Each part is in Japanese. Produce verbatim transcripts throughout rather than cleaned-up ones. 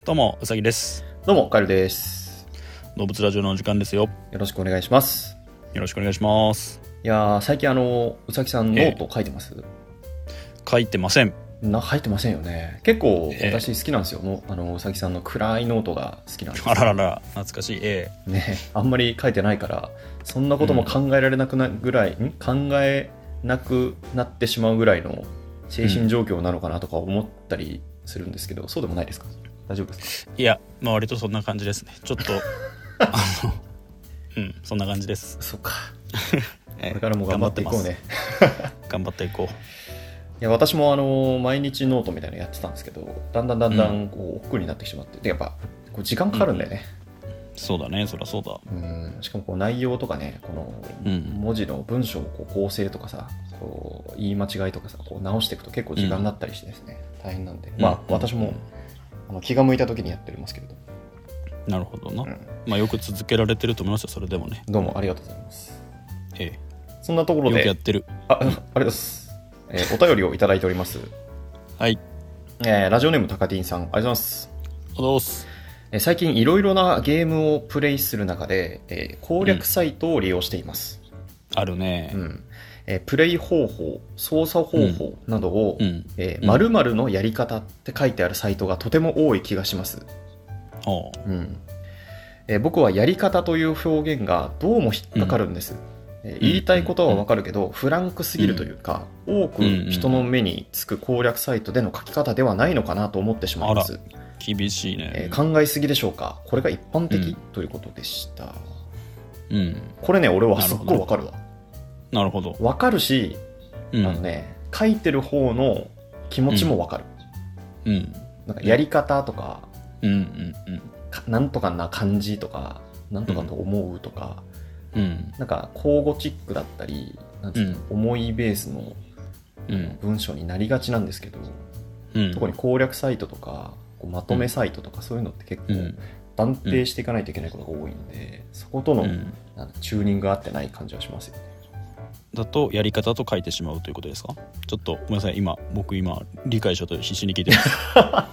どうもうさぎです。 どうもカエルです。 動物ラジオのお時間ですよ。 よろしくお願いします。 よろしくお願いします。 いやー最近あのうさぎさんノート書いてます？ 書いてません。 な書いてませんよね。結構え私好きなんですよ。もうあのうさぎさんの暗いノートが好きなんですよ。 あららら懐かしい。ええねあんまり書いてないからそんなことも考えられなくなぐらい、うん、考えなくなってしまうぐらいの精神状況なのかなとか思ったりするんですけど、うん、そうでもないですか？大丈夫ですか？ いや、まあ、割とそんな感じですね。ちょっとあのうんそんな感じです。 そうかこれからも頑張っていこうね。 頑張っていこう。 いや私もあの毎日ノートみたいなのやってたんですけど、だんだんだんだんこう億劫になってしまって、でやっぱこう時間かかるんだよね、 うん、そうだね、そりゃそうだ。 うんしかもこう内容とかね、この文字の文章こう構成とかさ、こう言い間違いとかさこう直していくと結構時間になったりしてですね、うん、大変なんで、まあ私もあの気が向いた時にやってますけれど。 なるほどな、うん、まあよく続けられてると思いますよ。それでもね。 どうもありがとうございます。 ええ、 そんなところでよくやってる。 あ、ありがとうございます。えー、お便りをいただいております。 はい、 えー、ラジオネームたかてぃんさん、ありがとうございます。 ありがとうございます。 えー、最近いろいろなゲームをプレイする中で、えー、攻略サイトを利用しています、 うん、あるね、 うんえー、プレイ方法、操作方法などを、うん、えー、〇〇のやり方って書いてあるサイトがとても多い気がします、うんえー、僕はやり方という表現がどうも引っかかるんです、うん、言いたいことはわかるけど、うん、フランクすぎるというか、うん、多く人の目につく攻略サイトでの書き方ではないのかなと思ってしまいます。 厳しいね、 えー、考えすぎでしょうか？これが一般的、うん、ということでした、 うん、 これね俺はすっごいわかるわ。 なるほど、 わかるし、うん、あのね書いてる方の気持ちもわかる、うんうん、なんかやり方とか、うんうんうん、なんとかな感じとかなんとかと思うとか、うん、なんか口語チックだったりなんつうの、うん、思いベースの文章になりがちなんですけど、うん、特に攻略サイトとかまとめサイトとかそういうのって結構断定していかないといけないことが多いんで、そことのチューニングが合ってない感じはしますよね。 だとやり方と書いてしまうということですか？ちょっとごめんなさい、今僕今理解しようと必死に聞いてますあ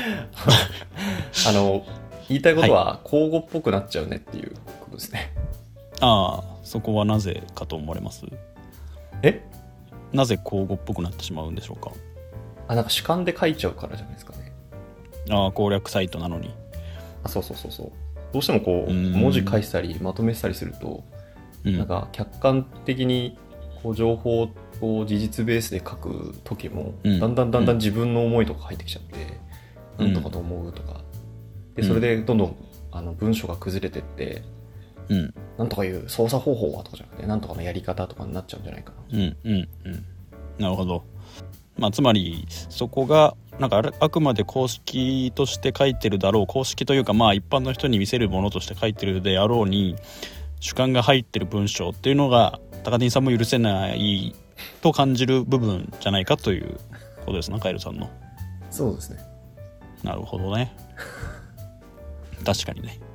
の言いたいことは口語っぽくなっちゃうねっていうことですね、 はい、ああ、そこはなぜかと思われます？ えなぜ口語っぽくなってしまうんでしょうか？ あ、なんか主観で書いちゃうからじゃないですかね。 ああ、攻略サイトなのに。 あ、そうそうそうそう、どうしてもこう文字書いてたりまとめてたりすると、うん、なんか客観的にこう情報を事実ベースで書く時も、うん、だんだんだんだん自分の思いとか入ってきちゃって、うん、なんとかと思うとかで、それでどんどんあの文章が崩れてって、うん、なんとかいう操作方法はとかじゃなくてなんとかのやり方とかになっちゃうんじゃないかな。 うんうんうん、なるほど。まあ、つまりそこがなんかあくまで公式として書いてるだろう、公式というかまあ一般の人に見せるものとして書いてるであろうに主観が入ってる文章っていうのが高田さんも許せないと感じる部分じゃないかということですな、カエルさんの。 そうですね。 なるほどね確かにね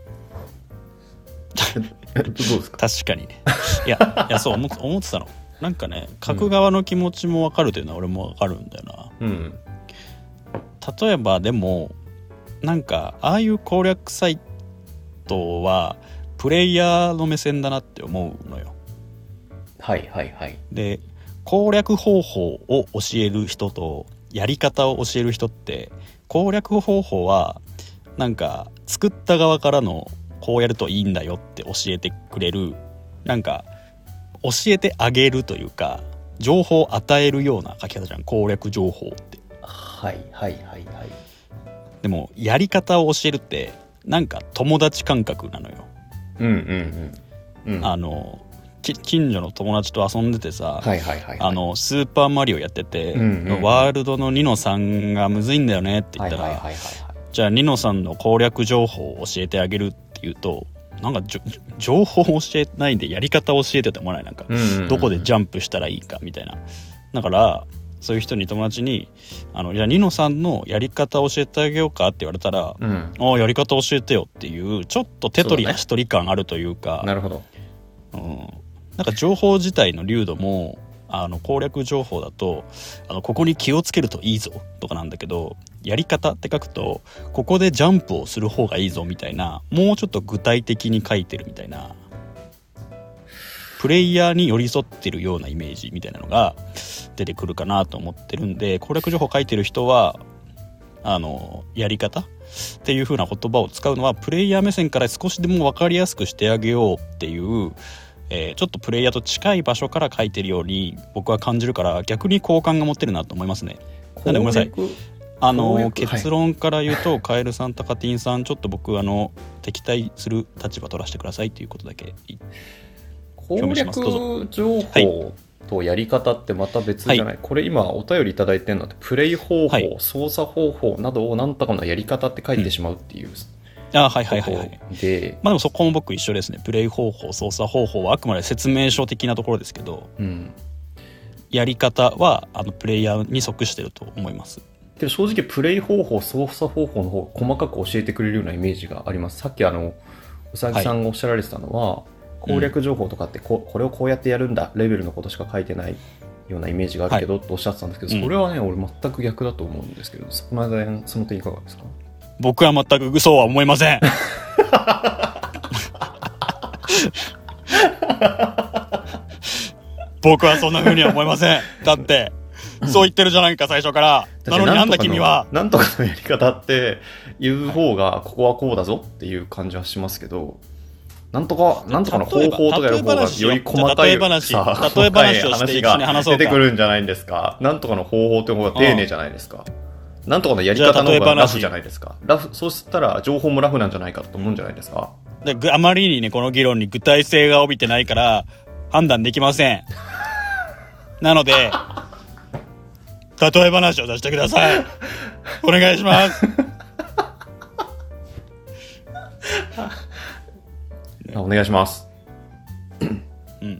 どうですか？ 確かにね。いやいやそう思って、思ってたの。なんかね、書く側の気持ちも分かるというのは俺も分かるんだよな、うん、例えばでもなんかああいう攻略サイトはプレイヤーの目線だなって思うのよ。 はいはいはい。 で攻略方法を教える人とやり方を教える人って、攻略方法はなんか作った側からのこうやるといいんだよって教えてくれる、なんか教えてあげるというか情報を与えるような書き方じゃん、攻略情報って。 はいはいはいはい。 でもやり方を教えるってなんか友達感覚なのよ。 うんうんうん、うん、あの近所の友達と遊んでてさ、 はいはいはいはい、 あのスーパーマリオやってて、うんうんうん、ワールドのニノさんがむずいんだよねって言ったら、はいはいはいはい、じゃあニノさんの攻略情報を教えてあげるって言うと、なんか情報を教えないでやり方を教えてって思わない？なんか、うんうんうん、どこでジャンプしたらいいかみたいな。だからそういう人に、友達にあのじゃあニノさんのやり方を教えてあげようかって言われたら、うん、ああやり方教えてよっていうちょっと手取り足取り感あるというか、 なるほど、 うん、なんか情報自体の流度もあの攻略情報だとあのここに気をつけるといいぞとかなんだけど、やり方って書くとここでジャンプをする方がいいぞみたいな、もうちょっと具体的に書いてるみたいな、プレイヤーに寄り添ってるようなイメージみたいなのが出てくるかなと思ってるんで、攻略情報書いてる人はあのやり方っていう風な言葉を使うのはプレイヤー目線から少しでも分かりやすくしてあげようっていう、えー、ちょっとプレイヤーと近い場所から書いてるように僕は感じるから、逆に好感が持ってるなと思いますね。なんでごめんなさい、あの結論から言うと、はい、カエルさんタカティンさんちょっと僕あの敵対する立場取らせてくださいということだけ攻略情報とやり方ってまた別じゃない、はい、これ今お便りいただいてるのってプレイ方法、はい、操作方法などを何とかのやり方って書いてしまうっていう、うん、 あはいはいはいはいで、まあでもそこも僕一緒ですね。プレイ方法操作方法はあくまで説明書的なところですけど、うん、やり方はあのプレイヤーに即してると思います。 でも正直プレイ方法操作方法の方が細かく教えてくれるようなイメージがあります。さっきあのうさぎさんがおっしゃられてたのは、はい、攻略情報とかって こ, これをこうやってやるんだレベルのことしか書いてないようなイメージがあるけど、はい、とおっしゃってたんですけど、それはね、うん、俺全く逆だと思うんですけど、その間その点いかがですか？ 僕は全くそうは思いません僕はそんな風には思いません。だってそう言ってるじゃないか最初から。なのになんだ君は。 なんとかのやり方って言う方がここはこうだぞっていう感じはしますけど、なんとかなんとかの方法とかやる方がより細かいさ、 例え話をして一緒に話そうか。 出てくるんじゃないんですか。なんとかの方法って方が丁寧じゃないですか。なんとかのやり方の方がラフじゃないですか。ラフ、そうしたら情報もラフなんじゃないかと思うんじゃないですか。 であまりにねこの議論に具体性が帯びてないから判断できませんなので例え話を出してくださいお願いしますお願いします、 うん、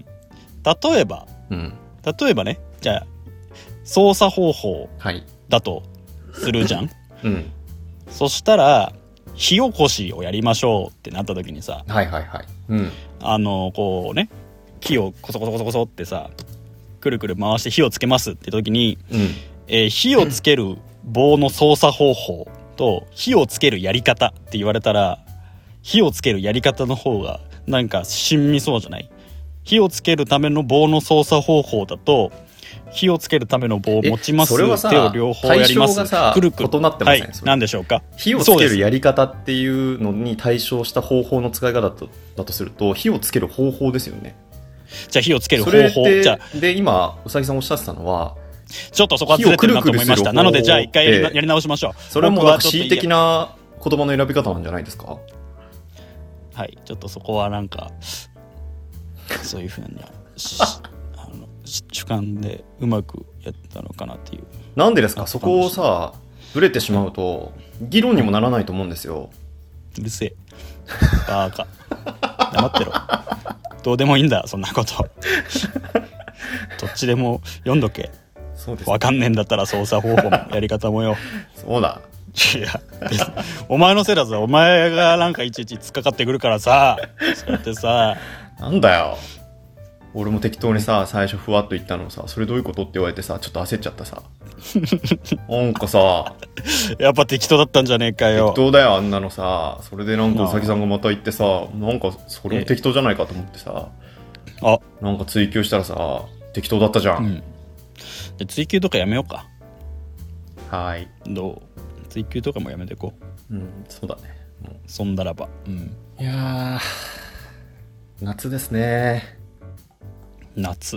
例えば、うん、例えばね、じゃあ操作方法だとするじゃん、はいうん、そしたら火起こしをやりましょうってなった時にさ、 はいはいはい、うん、 あのこうね木をコソコソコソコソってさくるくる回して火をつけますって時に、うんえー、火をつける棒の操作方法と火をつけるやり方って言われたら、火をつけるやり方の方がなんか親身そうじゃない？火をつけるための棒の操作方法だと、火をつけるための棒を持ちます、手を両方やります、 対象がさくるくる異なってません、はい、 何でしょうか？ 火をつけるやり方っていうのに対象した方法の使い方だと、だとすると火をつける方法ですよね。 じゃあ火をつける方法、 それじゃあで今うさぎさんおっしゃってたのはちょっとそこはずれてるなと思いました。なのでじゃあ一回やり、やり直しましょう。 それはもうなんか恣意的な言葉の選び方なんじゃないですか？ はい、ちょっとそこはなんかそういうふうにあの主観でうまくやったのかなっていう。 なんでですか？そこをさブレてしまうと議論にもならないと思うんですよ。 うるせえバーカ黙ってろどうでもいいんだそんなことどっちでも読んどけ。そうです、ね、分かんねえんだったら操作方法もやり方もよそうだいやお前のせいだぞ。お前がなんかいちいち突っかかってくるからさ、そうやってさなんだよ、俺も適当にさ最初ふわっと言ったのさ、それどういうことって言われてさちょっと焦っちゃったさなんかさやっぱ適当だったんじゃねえかよ。 適当だよあんなのさ。それでなんかうさぎさんがまた言ってさ、なんかそれも適当じゃないかと思ってさ、あなんか追求したらさ適当だったじゃん、うん、 で追求とかやめようか。 はいどう？追求とかもやめていこう。うんそうだね。 もうそんだらば、うん、 いや夏ですね。 夏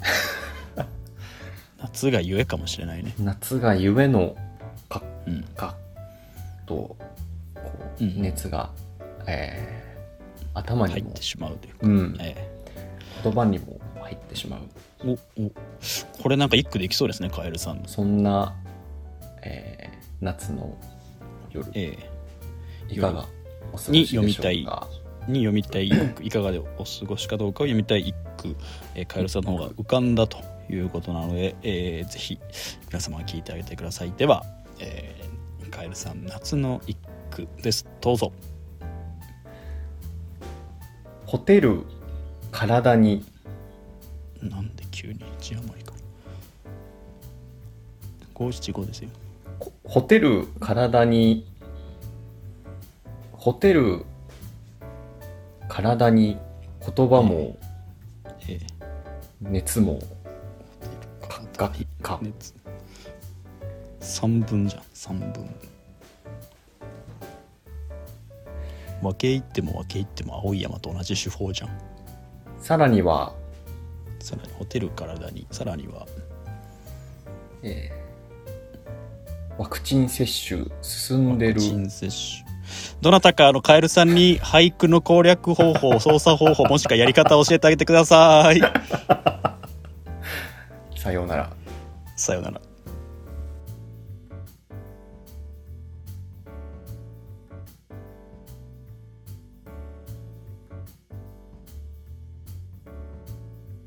夏がゆえかもしれないね。 夏がゆえのか、うん、かとこう、うん、熱が、えー、頭にも入ってしまうというか、 うんえー、言葉にも入ってしまう。 おおこれなんか一句できそうですねカエルさんの。 そんな、えー、夏の夜、えー、いかがお過ごしでしょうか。に読みたいに読みたい一句いかがでお過ごしかどうかを読みたい一句、えー、カエルさんの方が浮かんだということなので、えー、ぜひ皆様聞いてあげてください。では、えー、カエルさん夏の一句です。どうぞ。 ホテル体になんできゅうに字余りかごしちごですよ。 ホテル体にホテル体に言葉も、ええ、熱もかかか熱さんぶんじゃんさんぶん。分け入っても分け入っても青い山と同じ手法じゃん。 さらにはさらにホテル体にさらには、 ええ、ワクチン接種進んでる。 ワクチン接種どなたかあのカエルさんに俳句の攻略方法操作方法もしくはやり方を教えてあげてください。 さようなら。 さようなら。